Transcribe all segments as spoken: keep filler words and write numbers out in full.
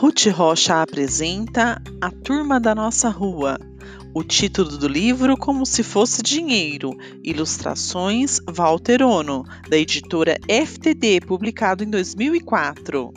Ruth Rocha apresenta A Turma da Nossa Rua. O título do livro Como se Fosse Dinheiro. Ilustrações Walter Ono, da editora F T D, publicado em dois mil e quatro.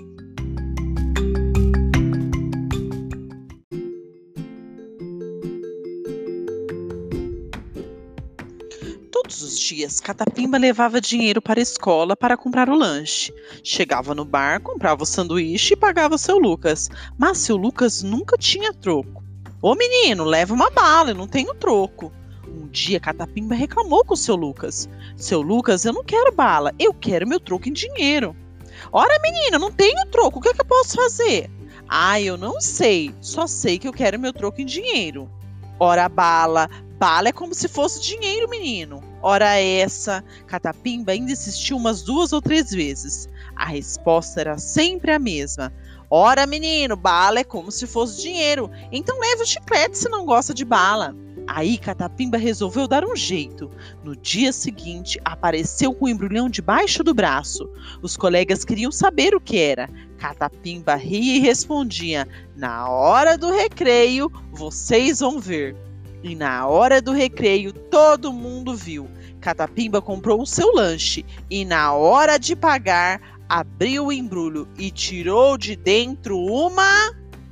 Todos os dias, Catapimba levava dinheiro para a escola para comprar o lanche. Chegava no bar, comprava o sanduíche e pagava seu Lucas. Mas seu Lucas nunca tinha troco. Ô menino, leva uma bala, eu não tenho troco. Um dia, Catapimba reclamou com seu Lucas. Seu Lucas, eu não quero bala, eu quero meu troco em dinheiro. Ora menina, eu não tenho troco, o que é que eu posso fazer? Ah, eu não sei, só sei que eu quero meu troco em dinheiro. Ora bala, bala é como se fosse dinheiro, menino. Ora essa, Catapimba ainda insistiu umas duas ou três vezes. A resposta era sempre a mesma. Ora menino, bala é como se fosse dinheiro, então leve o chiclete se não gosta de bala. Aí Catapimba resolveu dar um jeito. No dia seguinte, apareceu com o embrulhão debaixo do braço. Os colegas queriam saber o que era. Catapimba ria e respondia: na hora do recreio, vocês vão ver. E na hora do recreio, todo mundo viu. Catapimba comprou o seu lanche e na hora de pagar, abriu o embrulho e tirou de dentro uma...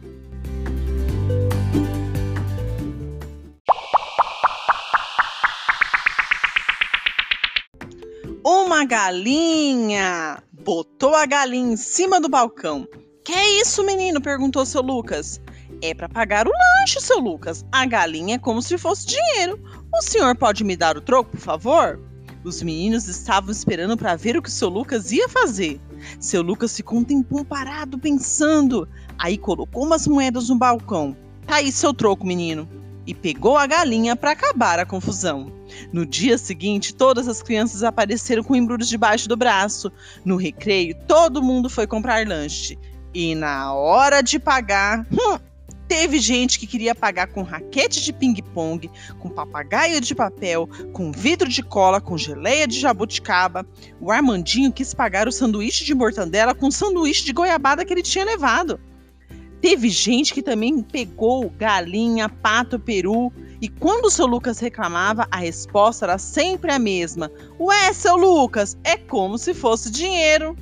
Uma galinha! Botou a galinha em cima do balcão. Que é isso, menino? Perguntou seu Lucas. É para pagar o lanche, seu Lucas. A galinha é como se fosse dinheiro. O senhor pode me dar o troco, por favor? Os meninos estavam esperando para ver o que seu Lucas ia fazer. Seu Lucas ficou um tempão parado pensando. Aí colocou umas moedas no balcão. Tá aí seu troco, menino. E pegou a galinha para acabar a confusão. No dia seguinte, todas as crianças apareceram com embrulhos debaixo do braço. No recreio, todo mundo foi comprar lanche. E na hora de pagar... Hum, teve gente que queria pagar com raquete de ping-pong, com papagaio de papel, com vidro de cola, com geleia de jabuticaba. O Armandinho quis pagar o sanduíche de mortandela com o sanduíche de goiabada que ele tinha levado. Teve gente que também pegou galinha, pato, peru. E quando o seu Lucas reclamava, a resposta era sempre a mesma. Ué, seu Lucas, é como se fosse dinheiro.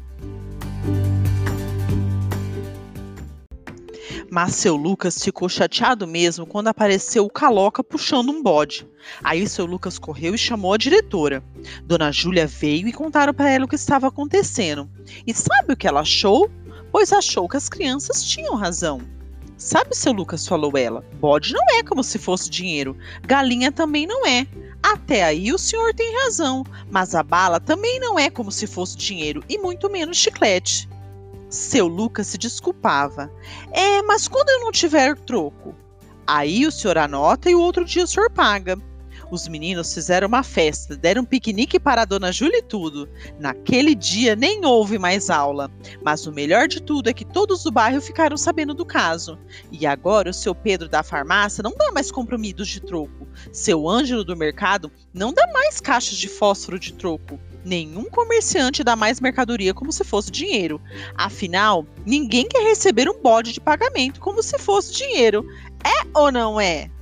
Mas seu Lucas ficou chateado mesmo quando apareceu o Caloca puxando um bode. Aí seu Lucas correu e chamou a diretora. Dona Júlia veio e contaram para ela o que estava acontecendo. E sabe o que ela achou? Pois achou que as crianças tinham razão. Sabe, seu Lucas, falou ela, bode não é como se fosse dinheiro. Galinha também não é. Até aí o senhor tem razão. Mas a bala também não é como se fosse dinheiro e muito menos chiclete. Seu Lucas se desculpava. É, mas quando eu não tiver troco? Aí o senhor anota e o outro dia o senhor paga. Os meninos fizeram uma festa, deram um piquenique para a Dona Júlia e tudo. Naquele dia nem houve mais aula. Mas o melhor de tudo é que todos do bairro ficaram sabendo do caso. E agora o seu Pedro da farmácia não dá mais comprimidos de troco. Seu Ângelo do mercado não dá mais caixas de fósforo de troco. Nenhum comerciante dá mais mercadoria como se fosse dinheiro. Afinal, ninguém quer receber um bode de pagamento como se fosse dinheiro. É ou não é?